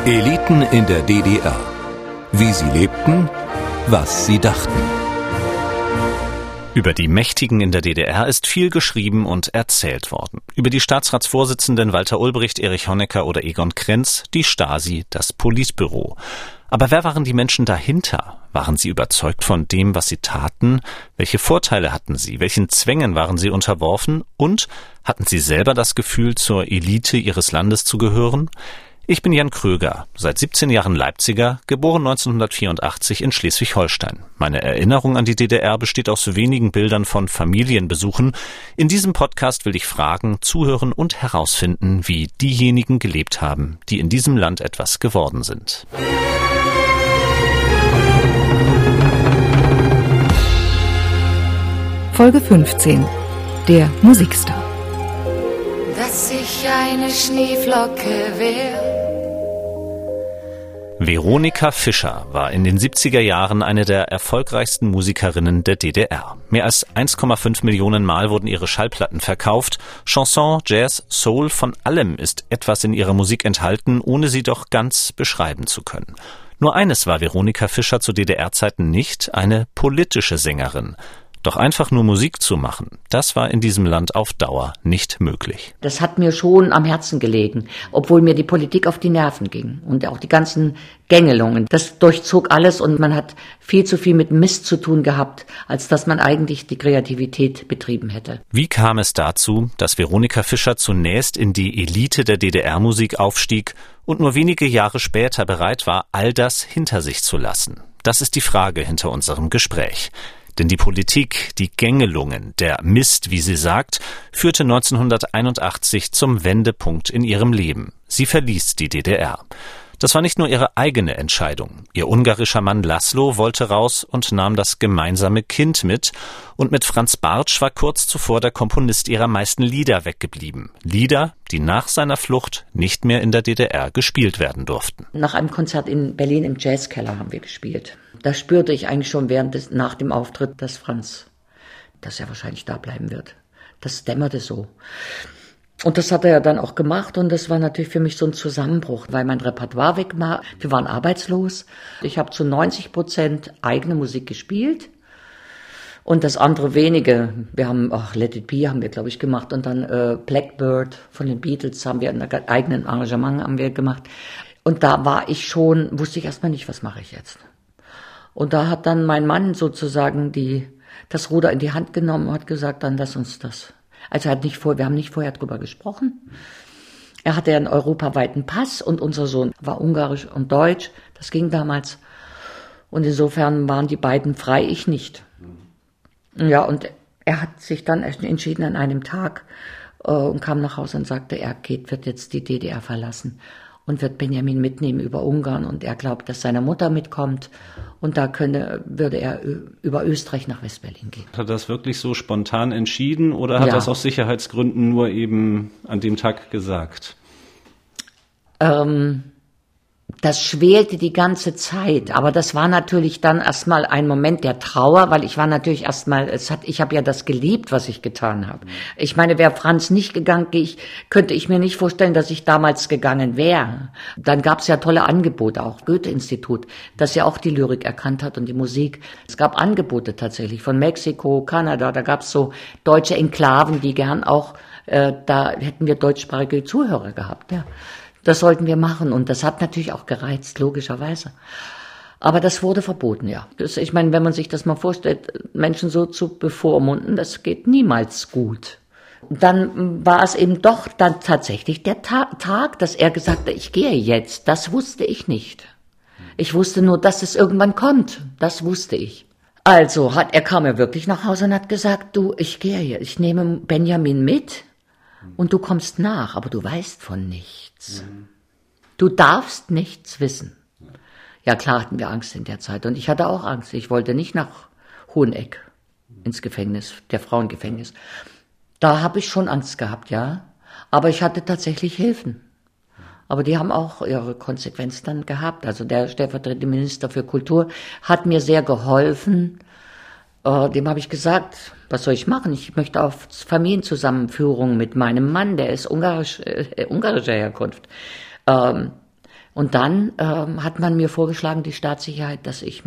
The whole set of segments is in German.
Eliten in der DDR. Wie sie lebten, was sie dachten. Über die Mächtigen in der DDR ist viel geschrieben und erzählt worden. Über die Staatsratsvorsitzenden Walter Ulbricht, Erich Honecker oder Egon Krenz, die Stasi, das Politbüro. Aber wer waren die Menschen dahinter? Waren sie überzeugt von dem, was sie taten? Welche Vorteile hatten sie? Welchen Zwängen waren sie unterworfen? Und hatten sie selber das Gefühl, zur Elite ihres Landes zu gehören? Ich bin Jan Kröger, seit 17 Jahren Leipziger, geboren 1984 in Schleswig-Holstein. Meine Erinnerung an die DDR besteht aus wenigen Bildern von Familienbesuchen. In diesem Podcast will ich fragen, zuhören und herausfinden, wie diejenigen gelebt haben, die in diesem Land etwas geworden sind. Folge 15. Der Musikstar. Dass ich eine Schneeflocke wär. Veronika Fischer war in den 70er Jahren eine der erfolgreichsten Musikerinnen der DDR. Mehr als 1,5 Millionen Mal wurden ihre Schallplatten verkauft. Chanson, Jazz, Soul, von allem ist etwas in ihrer Musik enthalten, ohne sie doch ganz beschreiben zu können. Nur eines war Veronika Fischer zu DDR-Zeiten nicht: eine politische Sängerin. Doch einfach nur Musik zu machen, das war in diesem Land auf Dauer nicht möglich. Das hat mir schon am Herzen gelegen, obwohl mir die Politik auf die Nerven ging und auch die ganzen Gängelungen. Das durchzog alles und man hat viel zu viel mit Mist zu tun gehabt, als dass man eigentlich die Kreativität betrieben hätte. Wie kam es dazu, dass Veronika Fischer zunächst in die Elite der DDR-Musik aufstieg und nur wenige Jahre später bereit war, all das hinter sich zu lassen? Das ist die Frage hinter unserem Gespräch. Denn die Politik, die Gängelungen, der Mist, wie sie sagt, führte 1981 zum Wendepunkt in ihrem Leben. Sie verließ die DDR. Das war nicht nur ihre eigene Entscheidung. Ihr ungarischer Mann Laszlo wollte raus und nahm das gemeinsame Kind mit. Und mit Franz Bartsch war kurz zuvor der Komponist ihrer meisten Lieder weggeblieben. Lieder, die nach seiner Flucht nicht mehr in der DDR gespielt werden durften. Nach einem Konzert in Berlin im Jazzkeller haben wir gespielt. Da spürte ich eigentlich schon nach dem Auftritt, dass er wahrscheinlich da bleiben wird. Das dämmerte so. Und das hat er ja dann auch gemacht und das war natürlich für mich so ein Zusammenbruch, weil mein Repertoire weg war. Wir waren arbeitslos. Ich habe zu 90% eigene Musik gespielt und das andere wenige. Wir haben Let It Be haben wir, glaube ich, gemacht und dann Blackbird von den Beatles haben wir in einem eigenen Arrangement haben wir gemacht. Und da wusste ich erstmal nicht, was mache ich jetzt. Und da hat dann mein Mann sozusagen das Ruder in die Hand genommen und hat gesagt, dann lass uns das. Also wir haben nicht vorher drüber gesprochen. Er hatte einen europaweiten Pass und unser Sohn war ungarisch und deutsch. Das ging damals. Und insofern waren die beiden frei, ich nicht. Ja, und er hat sich dann entschieden an einem Tag und kam nach Hause und sagte, wird jetzt die DDR verlassen und wird Benjamin mitnehmen über Ungarn. Und er glaubt, dass seine Mutter mitkommt. Und da würde er über Österreich nach Westberlin gehen. Hat er das wirklich so spontan entschieden oder hat er das aus Sicherheitsgründen nur eben an dem Tag gesagt? Das schwelte die ganze Zeit, aber das war natürlich dann erstmal ein Moment der Trauer, weil ich war natürlich ich habe ja das geliebt, was ich getan habe. Ich meine, wäre Franz nicht gegangen, könnte ich mir nicht vorstellen, dass ich damals gegangen wäre. Dann gab es ja tolle Angebote, auch Goethe-Institut, das ja auch die Lyrik erkannt hat und die Musik. Es gab Angebote tatsächlich von Mexiko, Kanada, da gab es so deutsche Enklaven, die gern auch, da hätten wir deutschsprachige Zuhörer gehabt, ja. Das sollten wir machen und das hat natürlich auch gereizt, logischerweise. Aber das wurde verboten, ja. Ich meine, wenn man sich das mal vorstellt, Menschen so zu bevormunden, das geht niemals gut. Dann war es eben doch dann tatsächlich der Tag, dass er gesagt hat, ich gehe jetzt. Das wusste ich nicht. Ich wusste nur, dass es irgendwann kommt. Das wusste ich. Also er kam ja wirklich nach Hause und hat gesagt, du, ich gehe hier. Ich nehme Benjamin mit und du kommst nach, aber du weißt von nichts. Du darfst nichts wissen. Ja, klar hatten wir Angst in der Zeit. Und ich hatte auch Angst. Ich wollte nicht nach Hoheneck ins Gefängnis, der Frauengefängnis. Da habe ich schon Angst gehabt, ja. Aber ich hatte tatsächlich Hilfen. Aber die haben auch ihre Konsequenz dann gehabt. Also der stellvertretende Minister für Kultur hat mir sehr geholfen. Dem habe ich gesagt, was soll ich machen? Ich möchte auf Familienzusammenführung mit meinem Mann, der ist ungarischer Herkunft. Und dann hat man mir vorgeschlagen, die Staatssicherheit, dass ich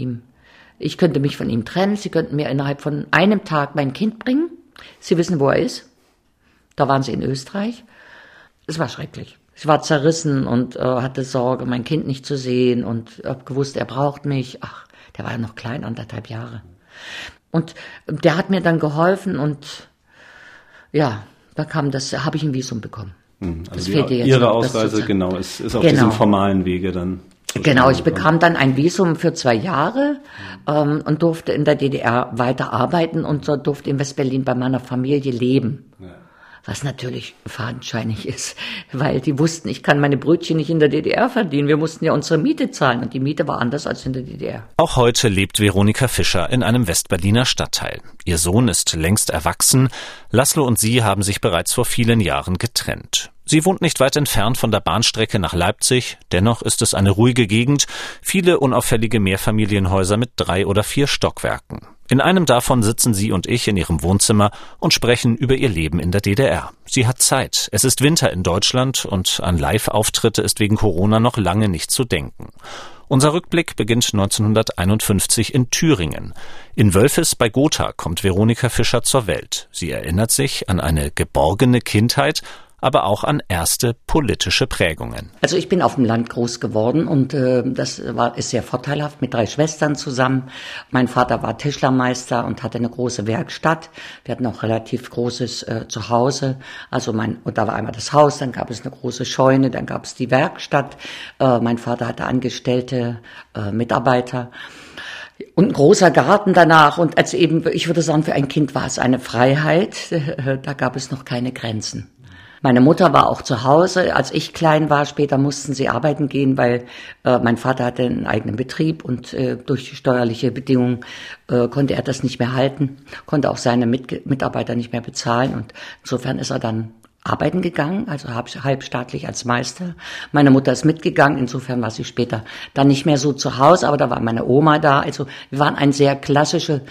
könnte mich von ihm trennen. Sie könnten mir innerhalb von einem Tag mein Kind bringen. Sie wissen, wo er ist. Da waren sie in Österreich. Es war schrecklich. Ich war zerrissen und hatte Sorge, mein Kind nicht zu sehen und habe gewusst, er braucht mich. Ach, der war ja noch klein, 1,5 Jahre. Und der hat mir dann geholfen und ja, da habe ich ein Visum bekommen. Also das fehlte jetzt Ihre noch, Ausreise, genau, ist auf diesem formalen Wege dann. Genau, ich bekam dann ein Visum für 2 Jahre und durfte in der DDR weiter arbeiten und so durfte in West-Berlin bei meiner Familie leben. Ja. Was natürlich fadenscheinig ist, weil die wussten, ich kann meine Brötchen nicht in der DDR verdienen. Wir mussten ja unsere Miete zahlen und die Miete war anders als in der DDR. Auch heute lebt Veronika Fischer in einem Westberliner Stadtteil. Ihr Sohn ist längst erwachsen. Laszlo und sie haben sich bereits vor vielen Jahren getrennt. Sie wohnt nicht weit entfernt von der Bahnstrecke nach Leipzig. Dennoch ist es eine ruhige Gegend, viele unauffällige Mehrfamilienhäuser mit 3 oder 4 Stockwerken. In einem davon sitzen sie und ich in ihrem Wohnzimmer und sprechen über ihr Leben in der DDR. Sie hat Zeit. Es ist Winter in Deutschland und an Live-Auftritte ist wegen Corona noch lange nicht zu denken. Unser Rückblick beginnt 1951 in Thüringen. In Wölfes bei Gotha kommt Veronika Fischer zur Welt. Sie erinnert sich an eine geborgene Kindheit, aber auch an erste politische Prägungen. Also ich bin auf dem Land groß geworden und das ist sehr vorteilhaft mit 3 Schwestern zusammen. Mein Vater war Tischlermeister und hatte eine große Werkstatt. Wir hatten auch relativ großes Zuhause. Und da war einmal das Haus, dann gab es eine große Scheune, dann gab es die Werkstatt. Mein Vater hatte angestellte Mitarbeiter. Und ein großer Garten danach. Und ich würde sagen, für ein Kind war es eine Freiheit. Da gab es noch keine Grenzen. Meine Mutter war auch zu Hause, als ich klein war. Später mussten sie arbeiten gehen, weil mein Vater hatte einen eigenen Betrieb und durch die steuerliche Bedingungen konnte er das nicht mehr halten, konnte auch seine Mitarbeiter nicht mehr bezahlen. Und insofern ist er dann arbeiten gegangen, also halbstaatlich als Meister. Meine Mutter ist mitgegangen, insofern war sie später dann nicht mehr so zu Hause, aber da war meine Oma da. Also wir waren eine sehr klassische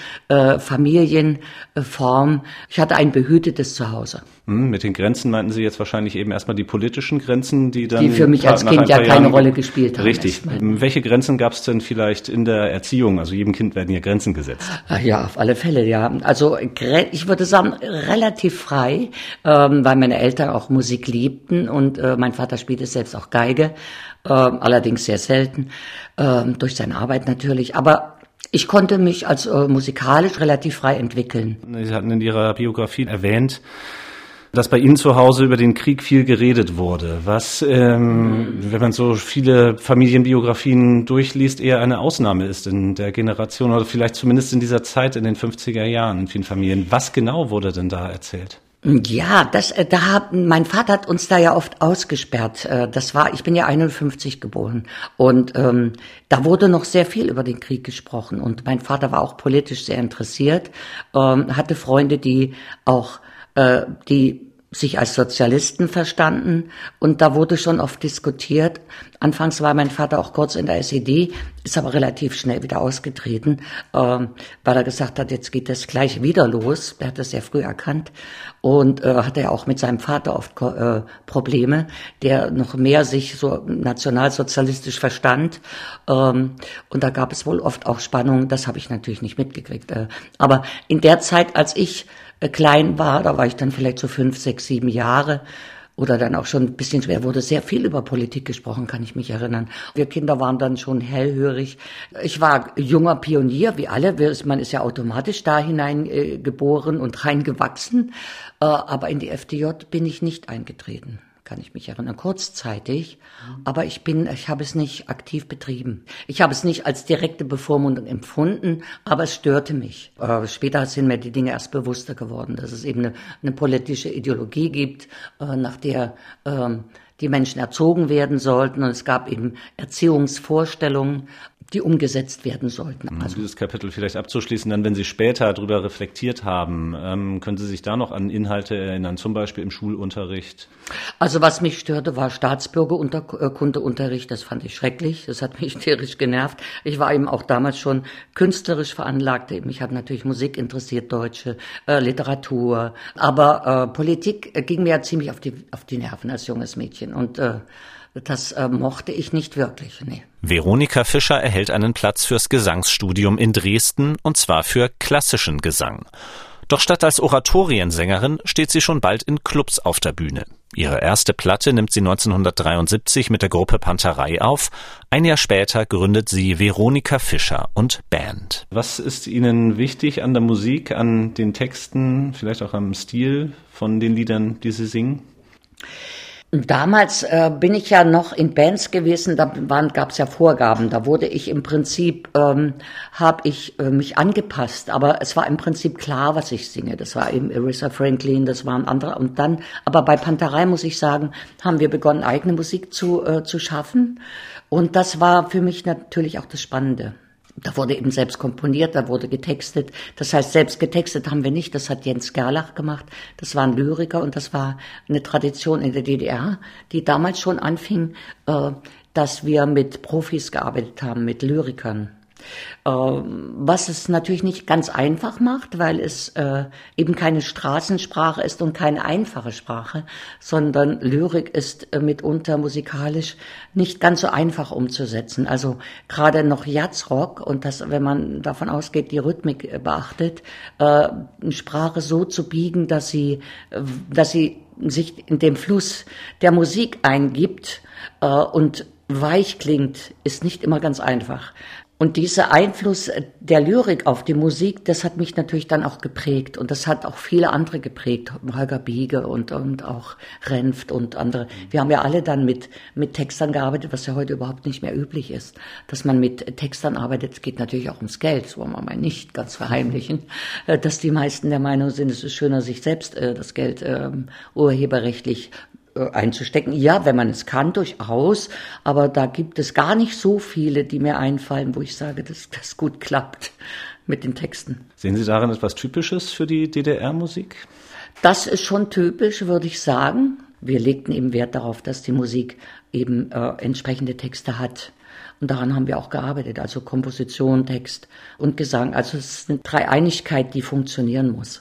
Familienform. Ich hatte ein behütetes Zuhause. Mit den Grenzen meinten Sie jetzt wahrscheinlich eben erstmal die politischen Grenzen, die für mich als Kind ja keine Rolle gespielt haben. Richtig. Welche Grenzen gab es denn vielleicht in der Erziehung? Also jedem Kind werden ja Grenzen gesetzt. Ja, auf alle Fälle, ja. Also ich würde sagen, relativ frei, weil meine Eltern auch Musik liebten und mein Vater spielte selbst auch Geige, allerdings sehr selten, durch seine Arbeit natürlich. Aber ich konnte mich als musikalisch relativ frei entwickeln. Sie hatten in Ihrer Biografie erwähnt, dass bei Ihnen zu Hause über den Krieg viel geredet wurde, was, wenn man so viele Familienbiografien durchliest, eher eine Ausnahme ist in der Generation oder vielleicht zumindest in dieser Zeit in den 50er Jahren in vielen Familien. Was genau wurde denn da erzählt? Ja, mein Vater hat uns da ja oft ausgesperrt. Ich bin ja 51 geboren und da wurde noch sehr viel über den Krieg gesprochen und mein Vater war auch politisch sehr interessiert, hatte Freunde, die sich als Sozialisten verstanden und da wurde schon oft diskutiert. Anfangs war mein Vater auch kurz in der SED, ist aber relativ schnell wieder ausgetreten, weil er gesagt hat, jetzt geht das gleich wieder los. Er hat das sehr früh erkannt und hatte ja auch mit seinem Vater oft Probleme, der noch mehr sich so nationalsozialistisch verstand und da gab es wohl oft auch Spannungen, das habe ich natürlich nicht mitgekriegt. Aber in der Zeit, als ich klein war, da war ich dann vielleicht so 5, 6, 7 Jahre oder dann auch schon ein bisschen schwer, wurde sehr viel über Politik gesprochen, kann ich mich erinnern. Wir Kinder waren dann schon hellhörig. Ich war junger Pionier, wie alle, man ist ja automatisch da hinein geboren und reingewachsen, aber in die FDJ bin ich nicht eingetreten. Kann ich mich erinnern, kurzzeitig, aber ich habe es nicht aktiv betrieben. Ich habe es nicht als direkte Bevormundung empfunden, aber es störte mich. Später sind mir die Dinge erst bewusster geworden, dass es eben eine politische Ideologie gibt, nach der die Menschen erzogen werden sollten und es gab eben Erziehungsvorstellungen, die umgesetzt werden sollten. Also dieses Kapitel vielleicht abzuschließen, dann, wenn Sie später darüber reflektiert haben, können Sie sich da noch an Inhalte erinnern, zum Beispiel im Schulunterricht? Also was mich störte, war Staatsbürgerkundeunterricht, das fand ich schrecklich, das hat mich tierisch genervt. Ich war eben auch damals schon künstlerisch veranlagt, mich hat natürlich Musik interessiert, deutsche Literatur, aber Politik ging mir ja ziemlich auf die Nerven als junges Mädchen und Das mochte ich nicht wirklich, nee. Veronika Fischer erhält einen Platz fürs Gesangsstudium in Dresden, und zwar für klassischen Gesang. Doch statt als Oratoriensängerin steht sie schon bald in Clubs auf der Bühne. Ihre erste Platte nimmt sie 1973 mit der Gruppe Panterei auf. Ein Jahr später gründet sie Veronika Fischer und Band. Was ist Ihnen wichtig an der Musik, an den Texten, vielleicht auch am Stil von den Liedern, die Sie singen? Damals bin ich ja noch in Bands gewesen, da gab es ja Vorgaben, da wurde ich im Prinzip, habe ich mich angepasst, aber es war im Prinzip klar, was ich singe. Das war eben Aretha Franklin, das waren andere, und dann, aber bei Panterei muss ich sagen, haben wir begonnen, eigene Musik zu schaffen, und das war für mich natürlich auch das Spannende. Da wurde eben selbst komponiert, da wurde getextet. Das heißt, selbst getextet haben wir nicht. Das hat Jens Gerlach gemacht. Das war ein Lyriker, und das war eine Tradition in der DDR, die damals schon anfing, dass wir mit Profis gearbeitet haben, mit Lyrikern. Was es natürlich nicht ganz einfach macht, weil es eben keine Straßensprache ist und keine einfache Sprache, sondern Lyrik ist mitunter musikalisch nicht ganz so einfach umzusetzen. Also gerade noch Jazzrock, und das, wenn man davon ausgeht, die Rhythmik beachtet, eine Sprache so zu biegen, dass sie sich in dem Fluss der Musik eingibt und weich klingt, ist nicht immer ganz einfach. Und dieser Einfluss der Lyrik auf die Musik, das hat mich natürlich dann auch geprägt. Und das hat auch viele andere geprägt. Holger Biege und auch Renft und andere. Wir haben ja alle dann mit Textern gearbeitet, was ja heute überhaupt nicht mehr üblich ist. Dass man mit Textern arbeitet, es geht natürlich auch ums Geld. Das wollen wir mal nicht ganz verheimlichen. Dass die meisten der Meinung sind, es ist schöner, sich selbst das Geld urheberrechtlich einzustecken. Ja, wenn man es kann, durchaus. Aber da gibt es gar nicht so viele, die mir einfallen, wo ich sage, dass das gut klappt mit den Texten. Sehen Sie darin etwas Typisches für die DDR-Musik? Das ist schon typisch, würde ich sagen. Wir legten eben Wert darauf, dass die Musik eben entsprechende Texte hat. Und daran haben wir auch gearbeitet. Also Komposition, Text und Gesang. Also es ist eine Dreieinigkeit, die funktionieren muss.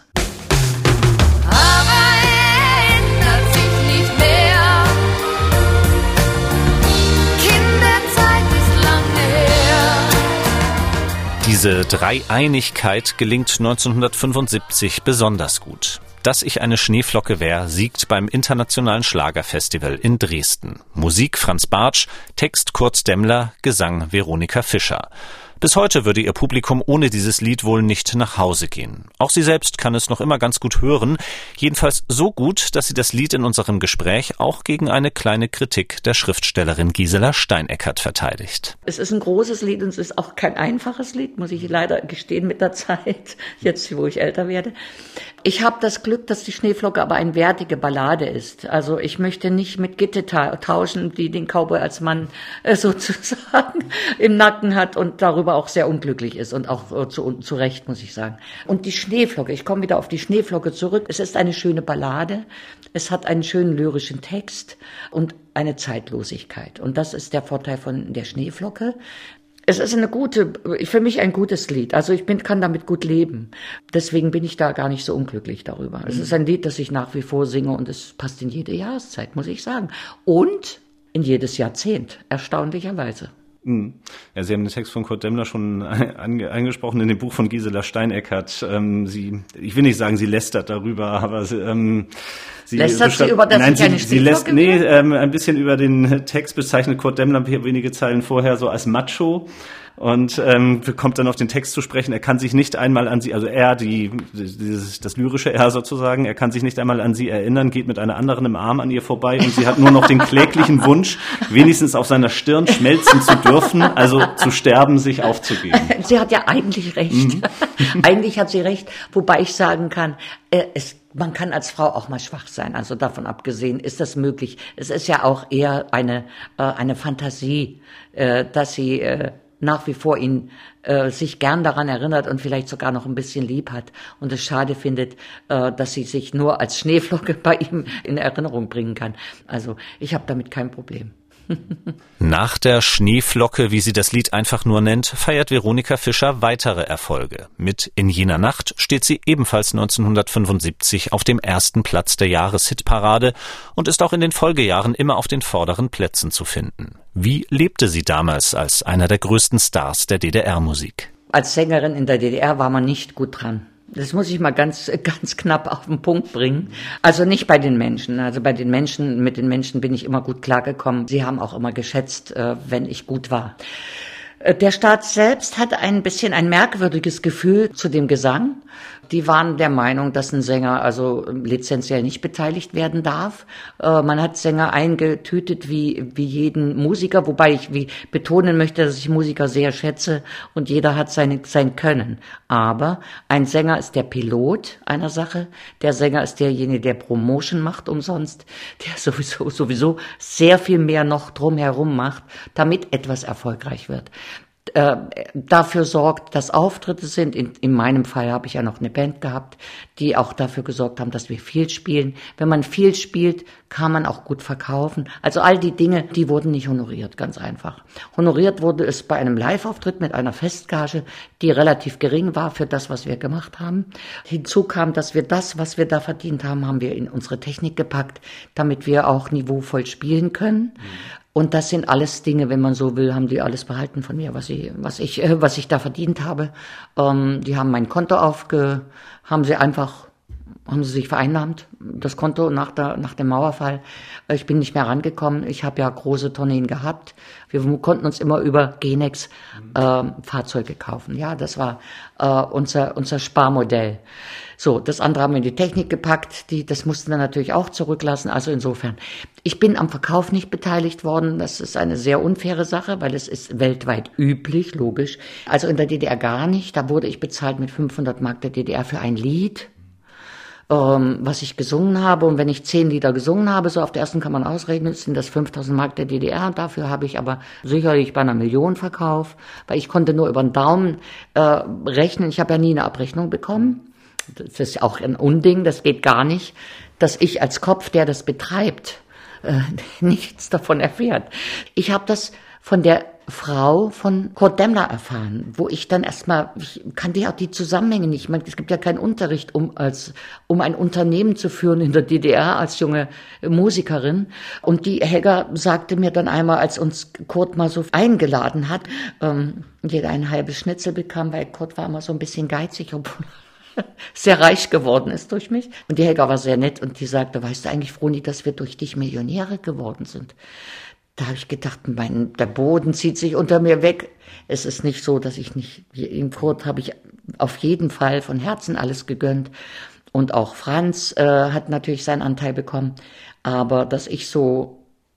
Diese Dreieinigkeit gelingt 1975 besonders gut. Dass ich eine Schneeflocke wär, siegt beim Internationalen Schlagerfestival in Dresden. Musik Franz Bartsch, Text Kurt Demmler, Gesang Veronika Fischer. Bis heute würde ihr Publikum ohne dieses Lied wohl nicht nach Hause gehen. Auch sie selbst kann es noch immer ganz gut hören, jedenfalls so gut, dass sie das Lied in unserem Gespräch auch gegen eine kleine Kritik der Schriftstellerin Gisela Steineckert verteidigt. Es ist ein großes Lied und es ist auch kein einfaches Lied, muss ich leider gestehen mit der Zeit, jetzt wo ich älter werde. Ich habe das Glück, dass die Schneeflocke aber eine wertige Ballade ist. Also ich möchte nicht mit Gitte tauschen, die den Cowboy als Mann sozusagen im Nacken hat und darüber auch sehr unglücklich ist und auch zu Recht, muss ich sagen. Und die Schneeflocke, ich komme wieder auf die Schneeflocke zurück. Es ist eine schöne Ballade, es hat einen schönen lyrischen Text und eine Zeitlosigkeit. Und das ist der Vorteil von der Schneeflocke. Es ist für mich ein gutes Lied. Also kann damit gut leben. Deswegen bin ich da gar nicht so unglücklich darüber. Es ist ein Lied, das ich nach wie vor singe und es passt in jede Jahreszeit, muss ich sagen. Und in jedes Jahrzehnt, erstaunlicherweise. Ja, Sie haben den Text von Kurt Demmler schon angesprochen in dem Buch von Gisela Steineckert. Ich will nicht sagen, sie lästert darüber, aber lästert sie über das? Nein, sie lässt ein bisschen über den Text, bezeichnet Kurt Demmler wenige Zeilen vorher so als Macho. Und kommt dann auf den Text zu sprechen. Er kann sich nicht einmal an sie, also das lyrische Er sozusagen, er kann sich nicht einmal an sie erinnern, geht mit einer anderen im Arm an ihr vorbei und sie hat nur noch den kläglichen Wunsch, wenigstens auf seiner Stirn schmelzen zu dürfen, also zu sterben, sich aufzugeben. Sie hat ja eigentlich recht. Eigentlich hat sie recht, wobei ich sagen kann, man kann als Frau auch mal schwach sein, also davon abgesehen ist das möglich. Es ist ja auch eher eine Fantasie, dass sie nach wie vor ihn sich gern daran erinnert und vielleicht sogar noch ein bisschen lieb hat und es schade findet, dass sie sich nur als Schneeflocke bei ihm in Erinnerung bringen kann. Also ich habe damit kein Problem. Nach der Schneeflocke, wie sie das Lied einfach nur nennt, feiert Veronika Fischer weitere Erfolge. Mit In jener Nacht steht sie ebenfalls 1975 auf dem ersten Platz der Jahreshitparade und ist auch in den Folgejahren immer auf den vorderen Plätzen zu finden. Wie lebte sie damals als einer der größten Stars der DDR-Musik? Als Sängerin in der DDR war man nicht gut dran. Das muss ich mal ganz knapp auf den Punkt bringen. Also nicht bei den Menschen. Also mit den Menschen bin ich immer gut klargekommen. Sie haben auch immer geschätzt, wenn ich gut war. Der Staat selbst hatte ein bisschen ein merkwürdiges Gefühl zu dem Gesang. Die waren der Meinung, dass ein Sänger also lizenziell nicht beteiligt werden darf. Man hat Sänger eingetütet wie jeden Musiker, wobei ich betonen möchte, dass ich Musiker sehr schätze und jeder hat sein Können. Aber ein Sänger ist der Pilot einer Sache, der Sänger ist derjenige, der Promotion macht umsonst, der sowieso sehr viel mehr noch drumherum macht, damit etwas erfolgreich wird. Dafür sorgt, dass Auftritte sind. In meinem Fall habe ich ja noch eine Band gehabt, die auch dafür gesorgt haben, dass wir viel spielen. Wenn man viel spielt, kann man auch gut verkaufen. Also all die Dinge, die wurden nicht honoriert, ganz einfach. Honoriert wurde es bei einem Live-Auftritt mit einer Festgage, die relativ gering war für das, was wir gemacht haben. Hinzu kam, dass wir das, was wir da verdient haben, haben wir in unsere Technik gepackt, damit wir auch niveauvoll spielen können. Und das sind alles Dinge, wenn man so will, haben die alles behalten von mir, was ich da verdient habe. Die haben mein Konto haben sie sich vereinnahmt, das Konto nach dem Mauerfall. Ich bin nicht mehr rangekommen. Ich habe ja große Tourneen gehabt. Wir konnten uns immer über Genex Fahrzeuge kaufen. Ja, das war unser Sparmodell. So, das andere haben wir in die Technik gepackt. Das mussten wir natürlich auch zurücklassen. Also insofern, ich bin am Verkauf nicht beteiligt worden. Das ist eine sehr unfaire Sache, weil es ist weltweit üblich, logisch. Also in der DDR gar nicht. Da wurde ich bezahlt mit 500 Mark der DDR für ein Lied, was ich gesungen habe. Und wenn ich 10 Lieder gesungen habe, so auf der ersten kann man ausrechnen, sind das 5000 Mark der DDR. Dafür habe ich aber sicherlich bei 1 Million Verkauf, weil ich konnte nur über den Daumen rechnen. Ich habe ja nie eine Abrechnung bekommen. Das ist auch ein Unding, das geht gar nicht, dass ich als Kopf, der das betreibt, nichts davon erfährt. Ich habe das von der Frau von Kurt Demmler erfahren, wo ich dann ich kannte ja auch die Zusammenhänge nicht. Es gibt ja keinen Unterricht, um ein Unternehmen zu führen in der DDR als junge Musikerin. Und die Helga sagte mir dann einmal, als uns Kurt mal so eingeladen hat, jeder ein halbes Schnitzel bekam, weil Kurt war immer so ein bisschen geizig, obwohl sehr reich geworden ist durch mich. Und die Helga war sehr nett und die sagte, weißt du eigentlich, Froni, dass wir durch dich Millionäre geworden sind? Da habe ich gedacht, der Boden zieht sich unter mir weg. Es ist nicht so, dass ich nicht, im Kurt habe ich auf jeden Fall von Herzen alles gegönnt. Und auch Franz hat natürlich seinen Anteil bekommen. Aber dass ich so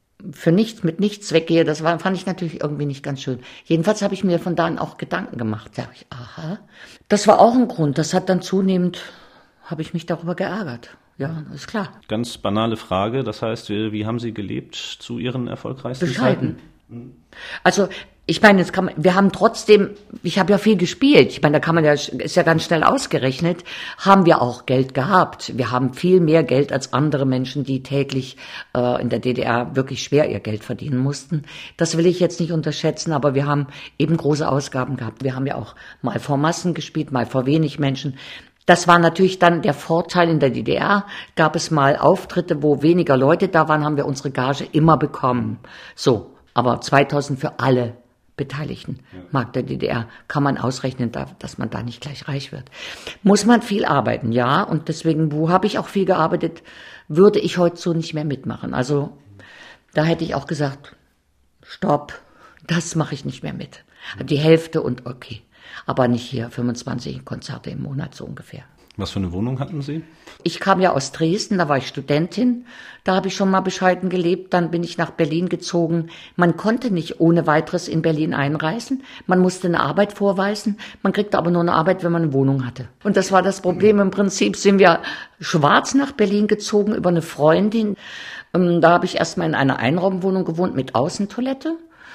mit nichts weggehe, fand ich natürlich irgendwie nicht ganz schön. Jedenfalls habe ich mir von da an auch Gedanken gemacht. Da habe ich, das war auch ein Grund. Das hat dann zunehmend, habe ich mich darüber geärgert. Ja, ist klar. Ganz banale Frage. Das heißt, wie haben Sie gelebt zu Ihren erfolgreichsten Bescheiden. Zeiten? Also, ich meine, wir haben trotzdem, ich habe ja viel gespielt. Ich meine, ist ja ganz schnell ausgerechnet, haben wir auch Geld gehabt. Wir haben viel mehr Geld als andere Menschen, die täglich in der DDR wirklich schwer ihr Geld verdienen mussten. Das will ich jetzt nicht unterschätzen, aber wir haben eben große Ausgaben gehabt. Wir haben ja auch mal vor Massen gespielt, mal vor wenig Menschen. Das war natürlich dann der Vorteil in der DDR. Gab es mal Auftritte, wo weniger Leute da waren, haben wir unsere Gage immer bekommen. So, aber 2000 für alle Beteiligten, Mark der DDR, kann man ausrechnen, dass man da nicht gleich reich wird. Muss man viel arbeiten, ja, und deswegen, wo habe ich auch viel gearbeitet, würde ich heute so nicht mehr mitmachen. Also da hätte ich auch gesagt, stopp, das mache ich nicht mehr mit. Die Hälfte und okay. Aber nicht hier 25 Konzerte im Monat so ungefähr. Was für eine Wohnung hatten Sie? Ich kam ja aus Dresden, da war ich Studentin. Da habe ich schon mal bescheiden gelebt. Dann bin ich nach Berlin gezogen. Man konnte nicht ohne weiteres in Berlin einreisen. Man musste eine Arbeit vorweisen. Man kriegte aber nur eine Arbeit, wenn man eine Wohnung hatte. Und das war das Problem. Im Prinzip sind wir schwarz nach Berlin gezogen über eine Freundin. Da habe ich erstmal in einer Einraumwohnung gewohnt mit Außentoilette.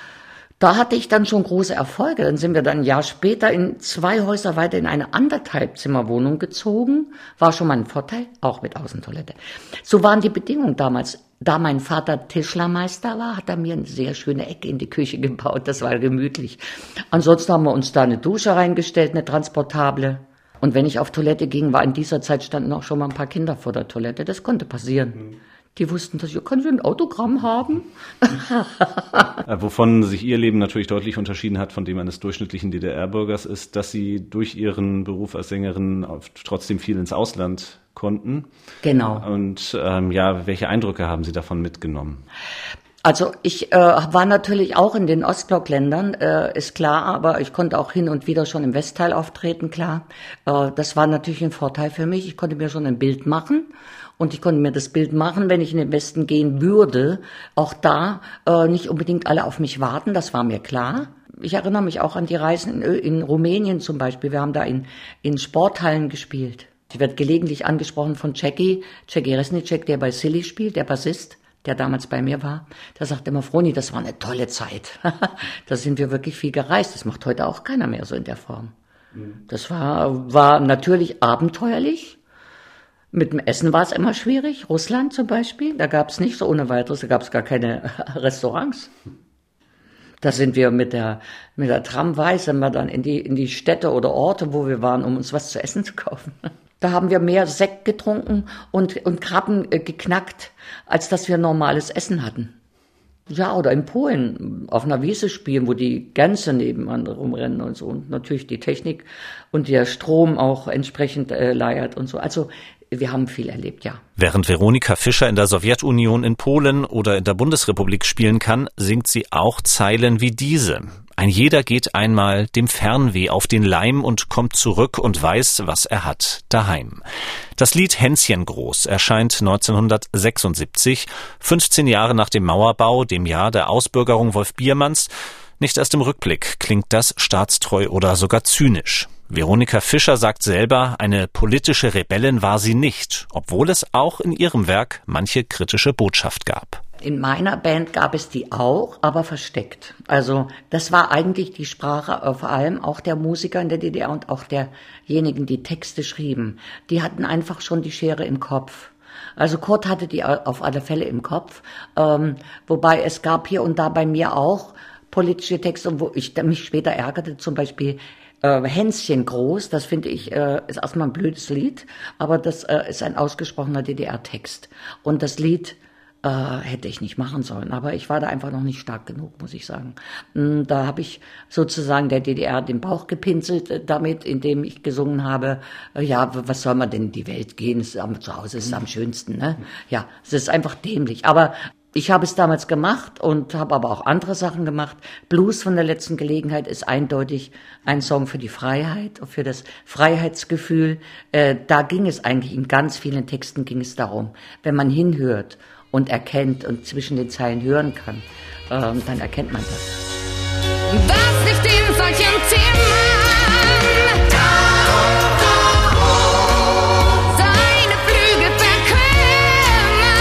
Da hatte ich dann schon große Erfolge. Dann sind wir dann ein Jahr später in 2 Häuser weiter in eine 1,5-Zimmer-Wohnung gezogen. War schon mal ein Vorteil, auch mit Außentoilette. So waren die Bedingungen damals. Da mein Vater Tischlermeister war, hat er mir eine sehr schöne Ecke in die Küche gebaut. Das war gemütlich. Ansonsten haben wir uns da eine Dusche reingestellt, eine transportable. Und wenn ich auf Toilette ging, war in dieser Zeit standen auch schon mal ein paar Kinder vor der Toilette. Das konnte passieren. Die wussten, dass kann ich ein Autogramm haben? Wovon sich Ihr Leben natürlich deutlich unterschieden hat von dem eines durchschnittlichen DDR-Bürgers, ist, dass Sie durch Ihren Beruf als Sängerin trotzdem viel ins Ausland konnten. Genau. Und welche Eindrücke haben Sie davon mitgenommen? Also ich war natürlich auch in den Ostblockländern, ist klar, aber ich konnte auch hin und wieder schon im Westteil auftreten, klar. Das war natürlich ein Vorteil für mich. Ich konnte mir schon ein Bild machen und ich konnte mir das Bild machen, wenn ich in den Westen gehen würde. Auch da nicht unbedingt alle auf mich warten, das war mir klar. Ich erinnere mich auch an die Reisen in Rumänien zum Beispiel. Wir haben da in Sporthallen gespielt. Ich werde gelegentlich angesprochen von Ceki Resnicek, der bei Silly spielt, der Bassist, der damals bei mir war. Der sagt immer, Froni, das war eine tolle Zeit. Da sind wir wirklich viel gereist. Das macht heute auch keiner mehr so in der Form. Das war natürlich abenteuerlich. Mit dem Essen war es immer schwierig. Russland zum Beispiel, da gab es nicht so ohne weiteres, da gab es gar keine Restaurants. Da sind wir mit der Tramway, sind wir dann in die Städte oder Orte, wo wir waren, um uns was zu essen zu kaufen. Da haben wir mehr Sekt getrunken und Krabben geknackt, als dass wir normales Essen hatten. Ja, oder in Polen auf einer Wiese spielen, wo die Gänse nebenan rumrennen und so. Und natürlich die Technik und der Strom auch entsprechend leiert und so. Also wir haben viel erlebt, ja. Während Veronika Fischer in der Sowjetunion, in Polen oder in der Bundesrepublik spielen kann, singt sie auch Zeilen wie diese. Ein jeder geht einmal dem Fernweh auf den Leim und kommt zurück und weiß, was er hat daheim. Das Lied Hänschen groß erscheint 1976, 15 Jahre nach dem Mauerbau, dem Jahr der Ausbürgerung Wolf Biermanns. Nicht erst im Rückblick klingt das staatstreu oder sogar zynisch. Veronika Fischer sagt selber, eine politische Rebellin war sie nicht, obwohl es auch in ihrem Werk manche kritische Botschaft gab. In meiner Band gab es die auch, aber versteckt. Also das war eigentlich die Sprache vor allem auch der Musiker in der DDR und auch derjenigen, die Texte schrieben. Die hatten einfach schon die Schere im Kopf. Also Kurt hatte die auf alle Fälle im Kopf, wobei es gab hier und da bei mir auch politische Texte, wo ich mich später ärgerte, zum Beispiel Hänschen groß, das finde ich, ist erstmal ein blödes Lied, aber das ist ein ausgesprochener DDR-Text. Und das Lied hätte ich nicht machen sollen, aber ich war da einfach noch nicht stark genug, muss ich sagen. Da habe ich sozusagen der DDR den Bauch gepinselt damit, indem ich gesungen habe, was soll man denn in die Welt gehen, zu Hause ist es am schönsten, ne? Ja, es ist einfach dämlich, aber ich habe es damals gemacht und habe aber auch andere Sachen gemacht. Blues von der letzten Gelegenheit ist eindeutig ein Song für die Freiheit, für das Freiheitsgefühl. Da ging es eigentlich, in ganz vielen Texten ging es darum, wenn man hinhört und erkennt und zwischen den Zeilen hören kann, dann erkennt man das. Was liegt in solchen Zimmern? Seine Flügel verkümmern.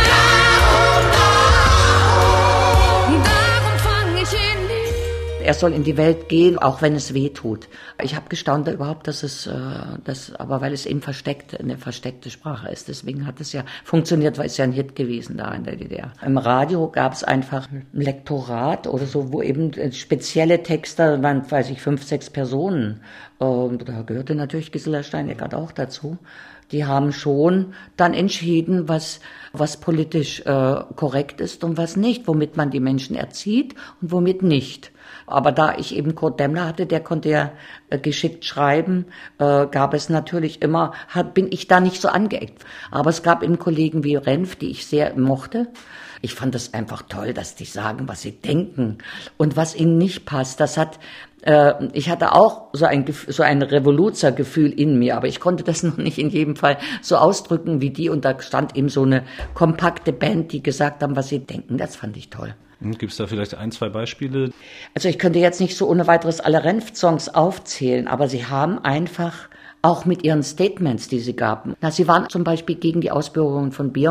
Darum fang ich ihn nicht. Er soll in die Welt gehen, auch wenn es weh tut. Ich habe gestaunt überhaupt, aber weil es eben eine versteckte Sprache ist. Deswegen hat es ja funktioniert, weil es ja ein Hit gewesen da in der DDR. Im Radio gab es einfach ein Lektorat oder so, wo eben spezielle Texte, waren, 5, 6 Personen. Da gehörte natürlich Gisela Stein-Eckert auch dazu. Die haben schon dann entschieden, was politisch korrekt ist und was nicht, womit man die Menschen erzieht und womit nicht. Aber da ich eben Kurt Demmler hatte, der konnte ja geschickt schreiben, gab es natürlich immer, bin ich da nicht so angeeckt. Aber es gab eben Kollegen wie Renf, die ich sehr mochte. Ich fand es einfach toll, dass die sagen, was sie denken und was ihnen nicht passt. Ich hatte auch so ein Revoluzergefühl in mir, aber ich konnte das noch nicht in jedem Fall so ausdrücken wie die. Und da stand eben so eine kompakte Band, die gesagt haben, was sie denken. Das fand ich toll. Gibt es da vielleicht 1, 2 Beispiele? Also ich könnte jetzt nicht so ohne weiteres alle Renf-Songs aufzählen, aber sie haben einfach auch mit ihren Statements, die sie gaben. Sie waren zum Beispiel gegen die Ausbürgerung von Biermann.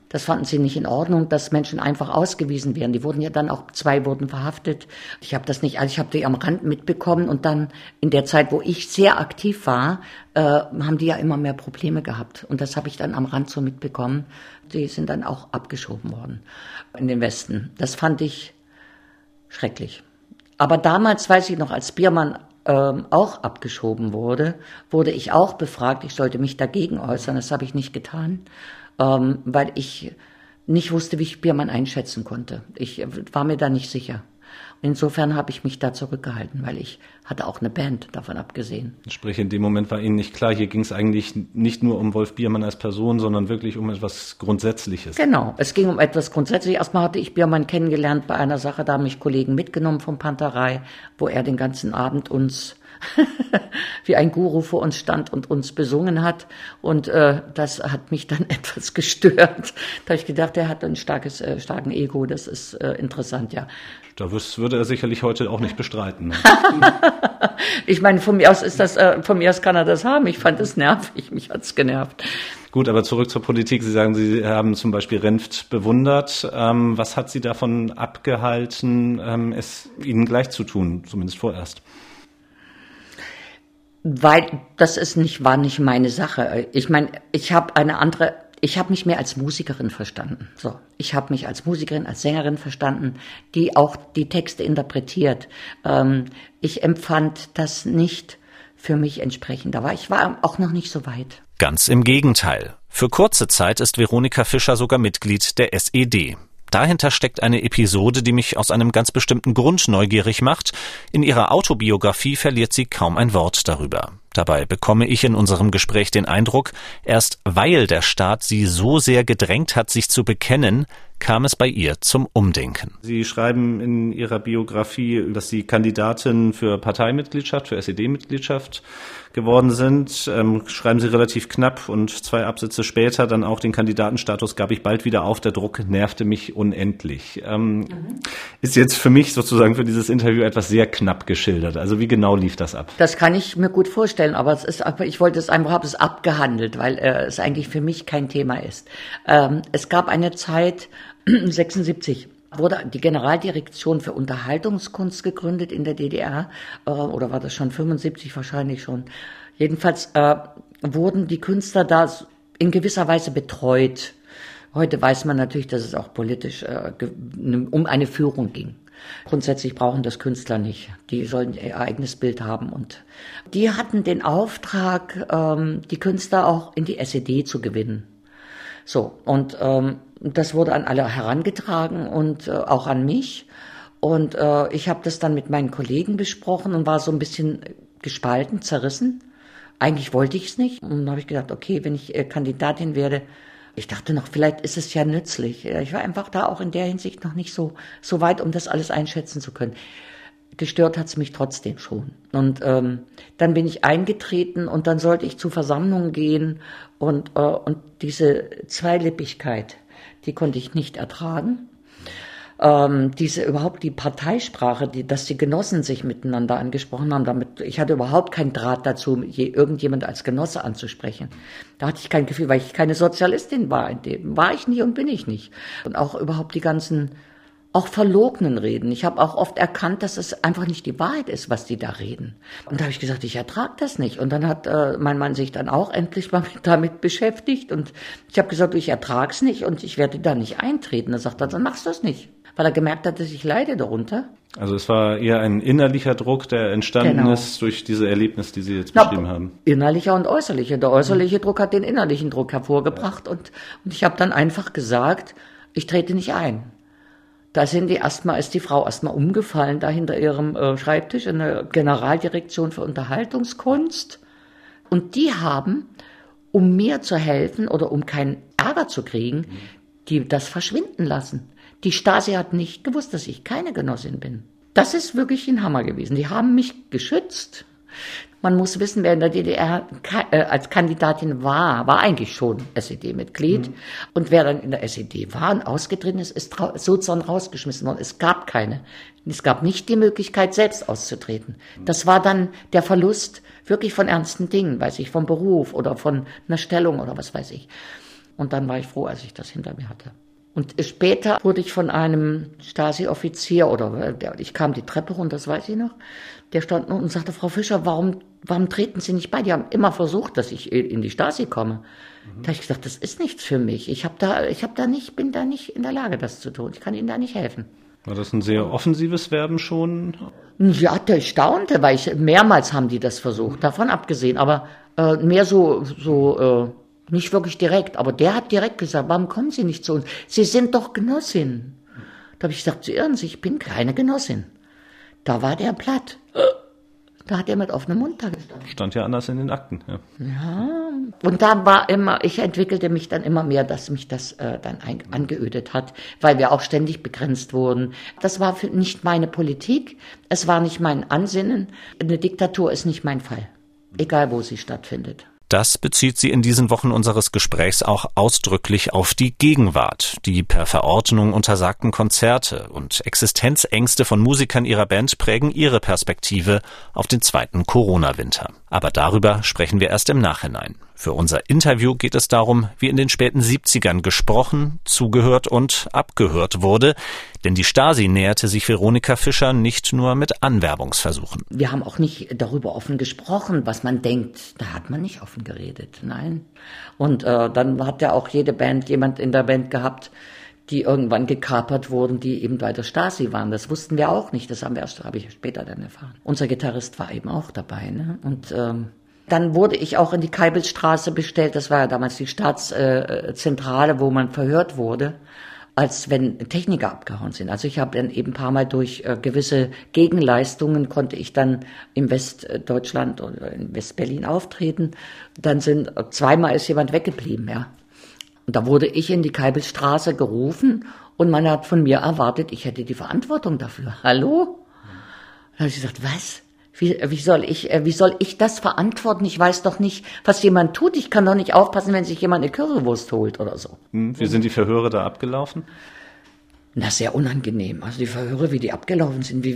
Das fanden sie nicht in Ordnung, dass Menschen einfach ausgewiesen werden. Die wurden ja dann auch, 2 wurden verhaftet. Ich habe das nicht, also ich habe die am Rand mitbekommen und dann in der Zeit, wo ich sehr aktiv war, haben die ja immer mehr Probleme gehabt. Und das habe ich dann am Rand so mitbekommen. Die sind dann auch abgeschoben worden in den Westen. Das fand ich schrecklich. Aber damals, weiß ich noch, als Biermann auch abgeschoben wurde ich auch befragt. Ich sollte mich dagegen äußern. Das habe ich nicht getan, weil ich nicht wusste, wie ich Biermann einschätzen konnte. Ich war mir da nicht sicher. Insofern habe ich mich da zurückgehalten, weil ich hatte auch eine Band, davon abgesehen. Sprich, in dem Moment war Ihnen nicht klar, hier ging es eigentlich nicht nur um Wolf Biermann als Person, sondern wirklich um etwas Grundsätzliches. Genau, es ging um etwas Grundsätzliches. Erstmal hatte ich Biermann kennengelernt bei einer Sache, da haben mich Kollegen mitgenommen vom Panterei, wo er den ganzen Abend uns wie ein Guru vor uns stand und uns besungen hat. Und das hat mich dann etwas gestört. Da habe ich gedacht, er hat ein starken Ego, das ist interessant, ja. Das würde er sicherlich heute auch nicht bestreiten. Ne? Ich meine, von mir aus kann er das haben. Ich fand es nervig, mich hat's genervt. Gut, aber zurück zur Politik. Sie sagen, Sie haben zum Beispiel Renft bewundert. Was hat Sie davon abgehalten, es Ihnen gleich zu tun, zumindest vorerst? Weil das war nicht meine Sache. Ich meine, ich habe mich mehr als Musikerin verstanden. So, ich habe mich als Musikerin, als Sängerin verstanden, die auch die Texte interpretiert. Ich empfand das nicht für mich entsprechend. Ich war auch noch nicht so weit. Ganz im Gegenteil. Für kurze Zeit ist Veronika Fischer sogar Mitglied der SED. Dahinter steckt eine Episode, die mich aus einem ganz bestimmten Grund neugierig macht. In ihrer Autobiografie verliert sie kaum ein Wort darüber. Dabei bekomme ich in unserem Gespräch den Eindruck, erst weil der Staat sie so sehr gedrängt hat, sich zu bekennen, kam es bei ihr zum Umdenken. Sie schreiben in Ihrer Biografie, dass Sie Kandidatin für Parteimitgliedschaft, für SED-Mitgliedschaft geworden sind. Schreiben Sie relativ knapp und 2 Absätze später dann auch: den Kandidatenstatus gab ich bald wieder auf, der Druck nervte mich unendlich. Ist jetzt für mich sozusagen für dieses Interview etwas sehr knapp geschildert. Also wie genau lief das ab? Das kann ich mir gut vorstellen, aber ich wollte es einfach, habe es abgehandelt, weil es eigentlich für mich kein Thema ist. Es gab eine Zeit, 76, wurde die Generaldirektion für Unterhaltungskunst gegründet in der DDR, oder war das schon 75, wahrscheinlich schon. Jedenfalls wurden die Künstler da in gewisser Weise betreut. Heute weiß man natürlich, dass es auch politisch um eine Führung ging. Grundsätzlich brauchen das Künstler nicht. Die sollen ihr eigenes Bild haben. Und die hatten den Auftrag, die Künstler auch in die SED zu gewinnen. So, und das wurde an alle herangetragen und auch an mich. Und ich habe das dann mit meinen Kollegen besprochen und war so ein bisschen gespalten, zerrissen. Eigentlich wollte ich es nicht. Und dann habe ich gedacht, okay, wenn ich Kandidatin werde, ich dachte noch, vielleicht ist es ja nützlich. Ich war einfach da auch in der Hinsicht noch nicht so weit, um das alles einschätzen zu können. Gestört hat es mich trotzdem schon. Und dann bin ich eingetreten und dann sollte ich zu Versammlungen gehen und diese Zweilippigkeit, die konnte ich nicht ertragen. Überhaupt die Parteisprache, dass die Genossen sich miteinander angesprochen haben, ich hatte überhaupt keinen Draht dazu, irgendjemand als Genosse anzusprechen. Da hatte ich kein Gefühl, weil ich keine Sozialistin war. War ich nie und bin ich nicht. Und auch überhaupt die ganzen, auch verlogenen Reden. Ich habe auch oft erkannt, dass es einfach nicht die Wahrheit ist, was die da reden. Und da habe ich gesagt, ich ertrage das nicht. Und dann hat mein Mann sich dann auch endlich mal damit beschäftigt. Und ich habe gesagt, ich ertrage es nicht und ich werde da nicht eintreten. Da sagt er, dann machst du es nicht. Weil er gemerkt hat, dass ich leide darunter. Also es war eher ein innerlicher Druck, der entstanden ist durch diese Erlebnisse, die Sie jetzt beschrieben haben. Innerlicher und äußerlicher. Der äußerliche Druck hat den innerlichen Druck hervorgebracht. Und ich habe dann einfach gesagt, ich trete nicht ein. Da ist die Frau erstmal umgefallen, da hinter ihrem Schreibtisch in der Generaldirektion für Unterhaltungskunst. Und die haben, um mir zu helfen oder um keinen Ärger zu kriegen, die das verschwinden lassen. Die Stasi hat nicht gewusst, dass ich keine Genossin bin. Das ist wirklich ein Hammer gewesen. Die haben mich geschützt. Man muss wissen, wer in der DDR als Kandidatin war eigentlich schon SED-Mitglied. Und wer dann in der SED war und ausgetreten ist sozusagen rausgeschmissen worden. Es gab keine. Es gab nicht die Möglichkeit, selbst auszutreten. Das war dann der Verlust wirklich von ernsten Dingen, weiß ich, vom Beruf oder von einer Stellung oder was weiß ich. Und dann war ich froh, als ich das hinter mir hatte. Und später wurde ich von einem Stasi-Offizier, ich kam die Treppe runter, das weiß ich noch, der stand und sagte, Frau Fischer, warum treten Sie nicht bei? Die haben immer versucht, dass ich in die Stasi komme. Da habe ich gesagt, das ist nichts für mich. Bin da nicht in der Lage, das zu tun. Ich kann Ihnen da nicht helfen. War das ein sehr offensives Werben schon? Ja, der staunte, weil mehrmals haben die das versucht, davon abgesehen, aber mehr so nicht wirklich direkt, aber der hat direkt gesagt, warum kommen Sie nicht zu uns? Sie sind doch Genossin. Da habe ich gesagt, Sie irren sich, ich bin keine Genossin. Da war der platt. Da hat er mit offenem Mund da gestanden. Stand ja anders in den Akten, ja. Ja, und ich entwickelte mich dann immer mehr, dass mich das dann angeödet hat, weil wir auch ständig begrenzt wurden. Das war nicht meine Politik, es war nicht mein Ansinnen. Eine Diktatur ist nicht mein Fall, egal wo sie stattfindet. Das bezieht sie in diesen Wochen unseres Gesprächs auch ausdrücklich auf die Gegenwart. Die per Verordnung untersagten Konzerte und Existenzängste von Musikern ihrer Band prägen ihre Perspektive auf den zweiten Corona-Winter. Aber darüber sprechen wir erst im Nachhinein. Für unser Interview geht es darum, wie in den späten 70ern gesprochen, zugehört und abgehört wurde. Denn die Stasi näherte sich Veronika Fischer nicht nur mit Anwerbungsversuchen. Wir haben auch nicht darüber offen gesprochen, was man denkt. Da hat man nicht offen geredet, nein. Und dann hat ja auch jemand in der Band gehabt, die irgendwann gekapert wurden, die eben bei der Stasi waren. Das wussten wir auch nicht, das habe ich später dann erfahren. Unser Gitarrist war eben auch dabei, ne? Und dann wurde ich auch in die Keibelstraße bestellt. Das war ja damals die Staatszentrale, wo man verhört wurde, als wenn Techniker abgehauen sind. Also ich habe dann eben ein paar Mal durch gewisse Gegenleistungen konnte ich dann im Westdeutschland oder in Westberlin auftreten. Dann zweimal ist jemand weggeblieben, ja. Und da wurde ich in die Keibelstraße gerufen und man hat von mir erwartet, ich hätte die Verantwortung dafür. Hallo? Da habe ich gesagt, was? Wie soll ich das verantworten? Ich weiß doch nicht, was jemand tut. Ich kann doch nicht aufpassen, wenn sich jemand eine Currywurst holt oder so. Wie sind die Verhöre da abgelaufen? Na, sehr unangenehm. Also die Verhöre, wie die abgelaufen sind.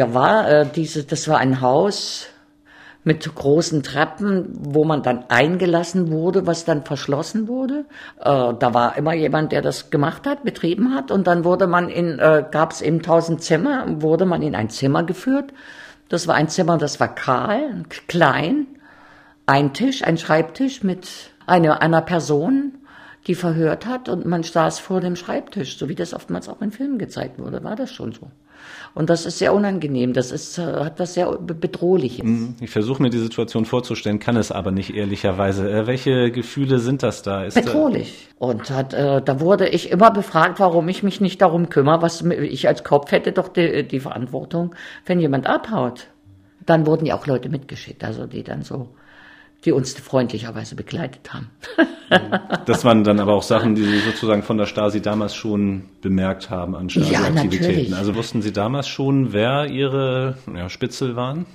Das war ein Haus mit großen Treppen, wo man dann eingelassen wurde, was dann verschlossen wurde. Da war immer jemand, der das gemacht hat, betrieben hat. Und dann gab es eben 1000 Zimmer, wurde man in ein Zimmer geführt. Das war ein Zimmer, das war kahl, klein, ein Schreibtisch mit einer Person, die verhört hat und man saß vor dem Schreibtisch, so wie das oftmals auch in Filmen gezeigt wurde, war das schon so. Und das ist sehr unangenehm, hat was sehr Bedrohliches. Ich versuche mir die Situation vorzustellen, kann es aber nicht ehrlicherweise. Welche Gefühle sind das da? Bedrohlich. Und da wurde ich immer befragt, warum ich mich nicht darum kümmere, ich als Kopf hätte doch die Verantwortung, wenn jemand abhaut. Dann wurden ja auch Leute mitgeschickt, also die uns freundlicherweise begleitet haben. Das waren dann aber auch Sachen, die Sie sozusagen von der Stasi damals schon bemerkt haben an Stasi-Aktivitäten. Ja, also wussten Sie damals schon, wer Ihre Spitzel waren?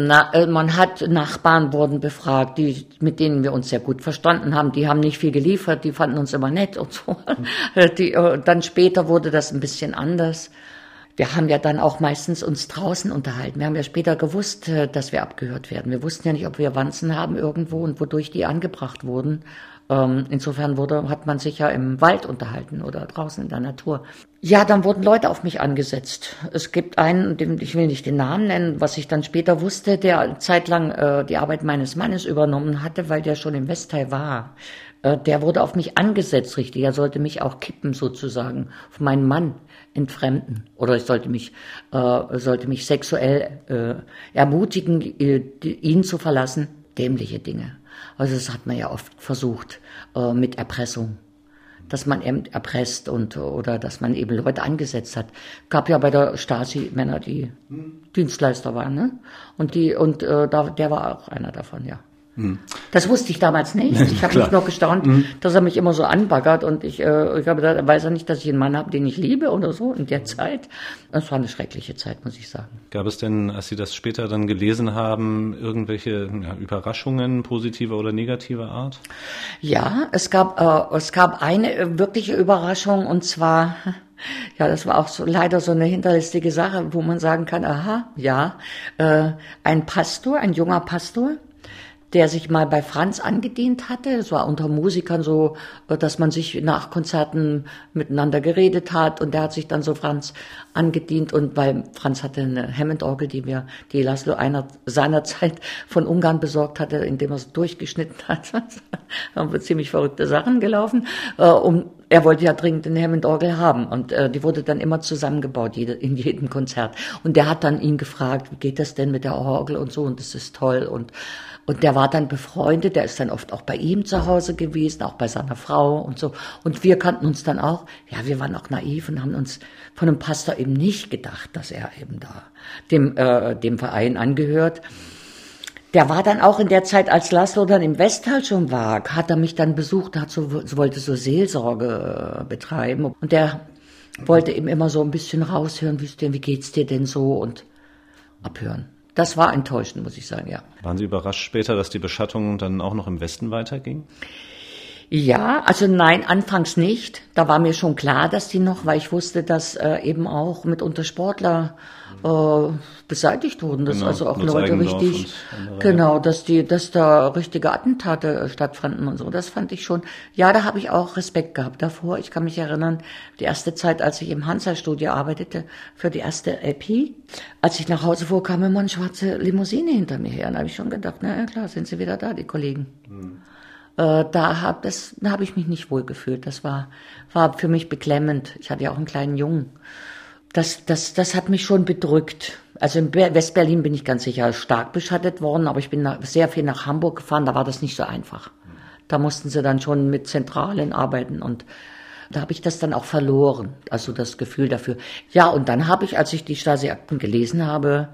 Nachbarn wurden befragt, mit denen wir uns sehr gut verstanden haben. Die haben nicht viel geliefert, die fanden uns immer nett und so. Dann später wurde das ein bisschen anders. Wir haben ja dann auch meistens uns draußen unterhalten. Wir haben ja später gewusst, dass wir abgehört werden. Wir wussten ja nicht, ob wir Wanzen haben irgendwo und wodurch die angebracht wurden. Insofern hat man sich ja im Wald unterhalten oder draußen in der Natur. Ja, dann wurden Leute auf mich angesetzt. Es gibt einen, ich will nicht den Namen nennen, was ich dann später wusste, der zeitlang die Arbeit meines Mannes übernommen hatte, weil der schon im Westteil war. Der wurde auf mich angesetzt, richtig. Er sollte mich auch kippen sozusagen, auf meinen Mann entfremden. Oder ich sollte mich sexuell ermutigen, ihn zu verlassen. Dämliche Dinge. Also das hat man ja oft versucht mit Erpressung. Dass man eben erpresst oder dass man eben Leute angesetzt hat. Gab ja bei der Stasi Männer, die Dienstleister waren, ne? Der war auch einer davon, ja. Das wusste ich damals nicht. Ich habe mich noch gestaunt, dass er mich immer so anbaggert und ich habe gedacht, weiß er nicht, dass ich einen Mann habe, den ich liebe oder so in der Zeit. Das war eine schreckliche Zeit, muss ich sagen. Gab es denn, als Sie das später dann gelesen haben, irgendwelche Überraschungen positiver oder negativer Art? Ja, es gab eine wirkliche Überraschung und zwar, ja, das war auch leider so eine hinterlistige Sache, wo man sagen kann, aha, ja, ein junger Pastor, der sich mal bei Franz angedient hatte. Es war unter Musikern so, dass man sich nach Konzerten miteinander geredet hat und der hat sich dann so Franz angedient und weil Franz hatte eine Hammond-Orgel, die Laszlo seinerzeit von Ungarn besorgt hatte, indem er es durchgeschnitten hat. Da haben ziemlich verrückte Sachen gelaufen. Er wollte ja dringend eine Hammond-Orgel haben und die wurde dann immer zusammengebaut in jedem Konzert. Und der hat dann ihn gefragt, wie geht das denn mit der Orgel und so und das ist toll und der war dann befreundet, der ist dann oft auch bei ihm zu Hause gewesen, auch bei seiner Frau und so. Und wir kannten uns dann auch, ja, wir waren auch naiv und haben uns von einem Pastor eben nicht gedacht, dass er eben da dem Verein angehört. Der war dann auch in der Zeit, als Laszlo dann im Westtal schon war, hat er mich dann besucht, wollte so Seelsorge betreiben. Und der wollte eben immer so ein bisschen raushören, wie geht's dir denn so und abhören. Das war enttäuschend, muss ich sagen, ja. Waren Sie überrascht später, dass die Beschattung dann auch noch im Westen weiterging? Ja, also nein, anfangs nicht. Da war mir schon klar, dass die noch, weil ich wusste, dass eben auch mitunter Sportler beseitigt wurden, dass also auch Leute richtig, genau, dass da richtige Attentate stattfanden und so. Das fand ich schon, ja, da habe ich auch Respekt gehabt davor. Ich kann mich erinnern, die erste Zeit, als ich im Hansa-Studio arbeitete, für die erste LP, als ich nach Hause fuhr, kam immer eine schwarze Limousine hinter mir her. Und da habe ich schon gedacht, na ja, klar, sind sie wieder da, die Kollegen. Da habe ich mich nicht wohl gefühlt. Das war für mich beklemmend. Ich hatte ja auch einen kleinen Jungen. Das hat mich schon bedrückt. Also in Westberlin bin ich ganz sicher stark beschattet worden, aber ich bin sehr viel nach Hamburg gefahren, da war das nicht so einfach. Da mussten sie dann schon mit Zentralen arbeiten und da habe ich das dann auch verloren, also das Gefühl dafür. Ja, und dann habe ich, als ich die Stasi-Akten gelesen habe,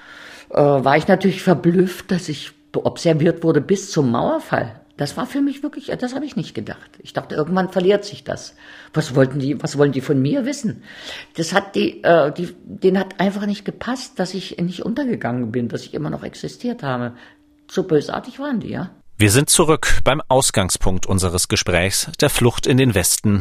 war ich natürlich verblüfft, dass ich observiert wurde bis zum Mauerfall. Das war für mich wirklich, das habe ich nicht gedacht. Ich dachte, irgendwann verliert sich das. Was wollen die von mir wissen? Das hat denen hat einfach nicht gepasst, dass ich nicht untergegangen bin, dass ich immer noch existiert habe. So bösartig waren die, ja. Wir sind zurück beim Ausgangspunkt unseres Gesprächs, der Flucht in den Westen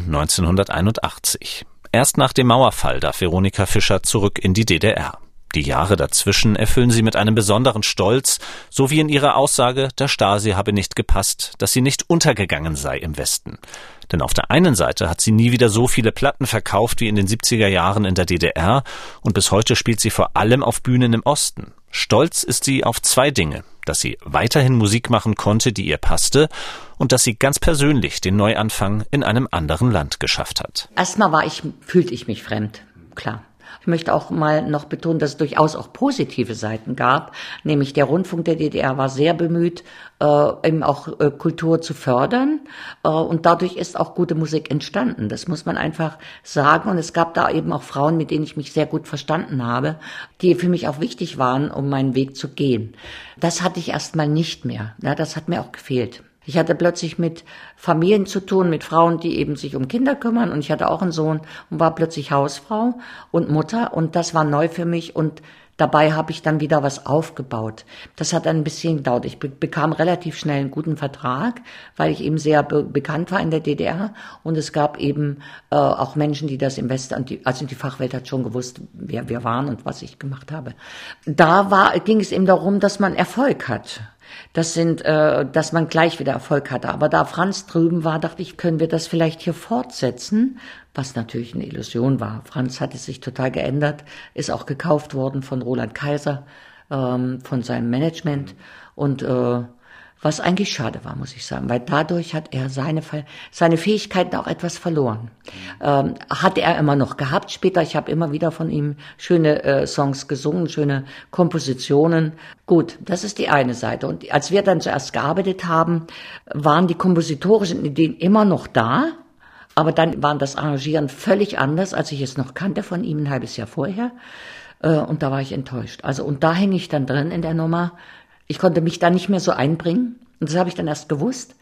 1981. Erst nach dem Mauerfall darf Veronika Fischer zurück in die DDR. Die Jahre dazwischen erfüllen sie mit einem besonderen Stolz, so wie in ihrer Aussage, der Stasi habe nicht gepasst, dass sie nicht untergegangen sei im Westen. Denn auf der einen Seite hat sie nie wieder so viele Platten verkauft wie in den 70er Jahren in der DDR und bis heute spielt sie vor allem auf Bühnen im Osten. Stolz ist sie auf zwei Dinge, dass sie weiterhin Musik machen konnte, die ihr passte und dass sie ganz persönlich den Neuanfang in einem anderen Land geschafft hat. Erstmal fühlte ich mich fremd, klar. Ich möchte auch mal noch betonen, dass es durchaus auch positive Seiten gab, nämlich der Rundfunk der DDR war sehr bemüht, eben auch Kultur zu fördern und dadurch ist auch gute Musik entstanden. Das muss man einfach sagen und es gab da eben auch Frauen, mit denen ich mich sehr gut verstanden habe, die für mich auch wichtig waren, um meinen Weg zu gehen. Das hatte ich erstmal nicht mehr, ja, das hat mir auch gefehlt. Ich hatte plötzlich mit Familien zu tun, mit Frauen, die eben sich um Kinder kümmern und ich hatte auch einen Sohn und war plötzlich Hausfrau und Mutter und das war neu für mich und dabei habe ich dann wieder was aufgebaut. Das hat ein bisschen gedauert. Ich bekam relativ schnell einen guten Vertrag, weil ich eben sehr bekannt war in der DDR und es gab eben auch Menschen, die das im Westen, also die Fachwelt hat schon gewusst, wer wir waren und was ich gemacht habe. Ging es eben darum, dass man Erfolg hat. Dass man gleich wieder Erfolg hatte. Aber da Franz drüben war, dachte ich, können wir das vielleicht hier fortsetzen, was natürlich eine Illusion war. Franz hatte sich total geändert, ist auch gekauft worden von Roland Kaiser, von seinem Management und was eigentlich schade war, muss ich sagen, weil dadurch hat er seine Fähigkeiten auch etwas verloren. Hatte er immer noch gehabt später, ich habe immer wieder von ihm schöne Songs gesungen, schöne Kompositionen. Gut, das ist die eine Seite. Und als wir dann zuerst gearbeitet haben, waren die kompositorischen Ideen immer noch da, aber dann war das Arrangieren völlig anders, als ich es noch kannte von ihm ein halbes Jahr vorher. Und da war ich enttäuscht. Und da hänge ich dann drin in der Nummer. Ich konnte mich da nicht mehr so einbringen. Und das habe ich dann erst gewusst,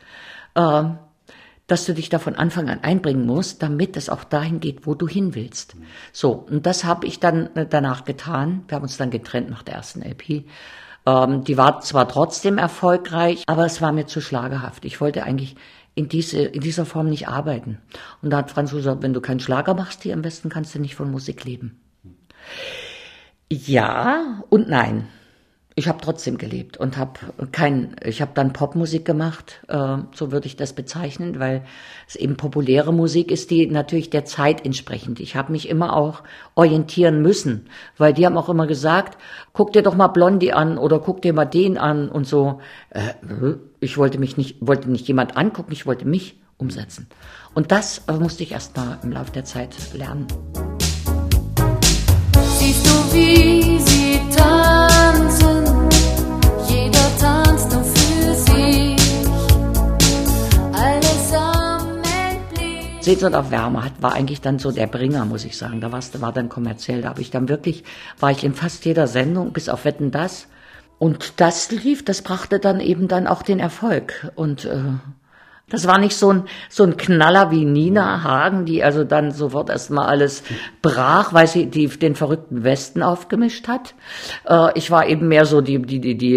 dass du dich da von Anfang an einbringen musst, damit es auch dahin geht, wo du hin willst. So, und das habe ich dann danach getan. Wir haben uns dann getrennt nach der ersten LP. Die war zwar trotzdem erfolgreich, aber es war mir zu schlagerhaft. Ich wollte eigentlich in dieser Form nicht arbeiten. Und da hat Franz gesagt, wenn du keinen Schlager machst hier im Westen, kannst du nicht von Musik leben. Ja und nein. Ich habe trotzdem gelebt und ich habe dann Popmusik gemacht, so würde ich das bezeichnen, weil es eben populäre Musik ist, die natürlich der Zeit entsprechend. Ich habe mich immer auch orientieren müssen, weil die haben auch immer gesagt, guck dir doch mal Blondie an oder guck dir mal den an und so. Ich wollte nicht jemand angucken, ich wollte mich umsetzen. Und das musste ich erst mal im Laufe der Zeit lernen. Siehst du, wie sie tanzen? Jeder tanzt nur für sich. Sehnsucht auf Wärme war eigentlich dann so der Bringer, muss ich sagen. Da war dann kommerziell. Da war ich in fast jeder Sendung, bis auf Wetten, dass. Und das brachte dann eben dann auch den Erfolg. Und das war nicht so ein Knaller wie Nina Hagen, die also dann sofort erstmal alles brach, weil sie den verrückten Westen aufgemischt hat. Ich war eben mehr so die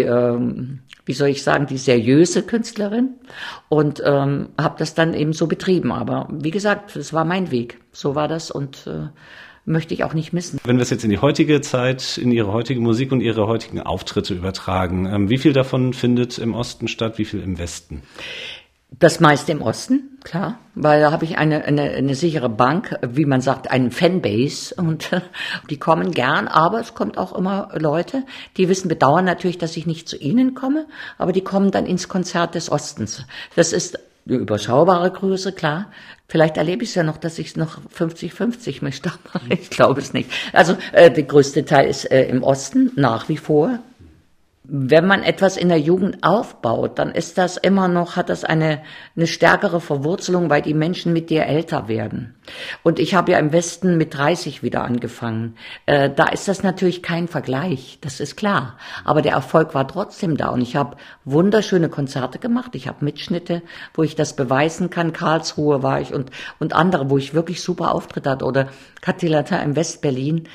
wie soll ich sagen, die seriöse Künstlerin und habe das dann eben so betrieben. Aber wie gesagt, es war mein Weg. So war das und möchte ich auch nicht missen. Wenn wir es jetzt in die heutige Zeit, in Ihre heutige Musik und Ihre heutigen Auftritte übertragen, wie viel davon findet im Osten statt, wie viel im Westen? Das meiste im Osten, klar, weil da habe ich eine sichere Bank, wie man sagt, einen Fanbase und die kommen gern, aber es kommt auch immer Leute, die bedauern natürlich, dass ich nicht zu ihnen komme, aber die kommen dann ins Konzert des Ostens. Das ist eine überschaubare Größe, klar. Vielleicht erlebe ich es ja noch, dass ich es noch 50-50 mische. Ich glaube es nicht. Also der größte Teil ist im Osten nach wie vor. Wenn man etwas in der Jugend aufbaut, dann ist das immer noch, hat das eine stärkere Verwurzelung, weil die Menschen mit dir älter werden. Und ich habe ja im Westen mit 30 wieder angefangen. Da ist das natürlich kein Vergleich, das ist klar. Aber der Erfolg war trotzdem da und ich habe wunderschöne Konzerte gemacht. Ich habe Mitschnitte, wo ich das beweisen kann. Karlsruhe war ich und andere, wo ich wirklich super Auftritte hatte. Oder Catilatin in West-Berlin.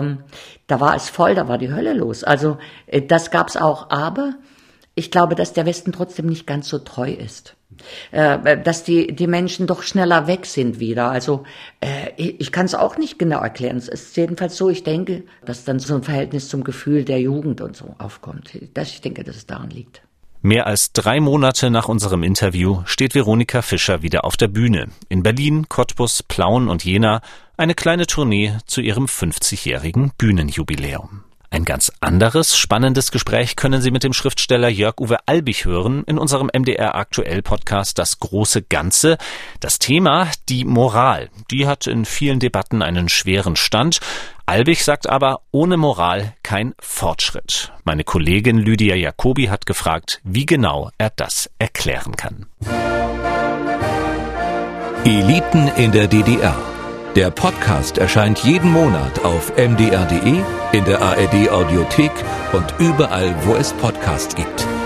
Da war es voll, da war die Hölle los. Also das gab's auch, aber ich glaube, dass der Westen trotzdem nicht ganz so treu ist. Dass die Menschen doch schneller weg sind wieder. Also ich kann es auch nicht genau erklären. Es ist jedenfalls so, ich denke, dass dann so ein Verhältnis zum Gefühl der Jugend und so aufkommt. Ich denke, dass es daran liegt. Mehr als 3 Monate nach unserem Interview steht Veronika Fischer wieder auf der Bühne. In Berlin, Cottbus, Plauen und Jena eine kleine Tournee zu ihrem 50-jährigen Bühnenjubiläum. Ein ganz anderes, spannendes Gespräch können Sie mit dem Schriftsteller Jörg-Uwe Albig hören in unserem MDR-Aktuell-Podcast Das große Ganze. Das Thema, die Moral, die hat in vielen Debatten einen schweren Stand. Albig sagt aber, ohne Moral kein Fortschritt. Meine Kollegin Lydia Jacobi hat gefragt, wie genau er das erklären kann. Eliten in der DDR. Der Podcast erscheint jeden Monat auf mdr.de, in der ARD Audiothek und überall, wo es Podcasts gibt.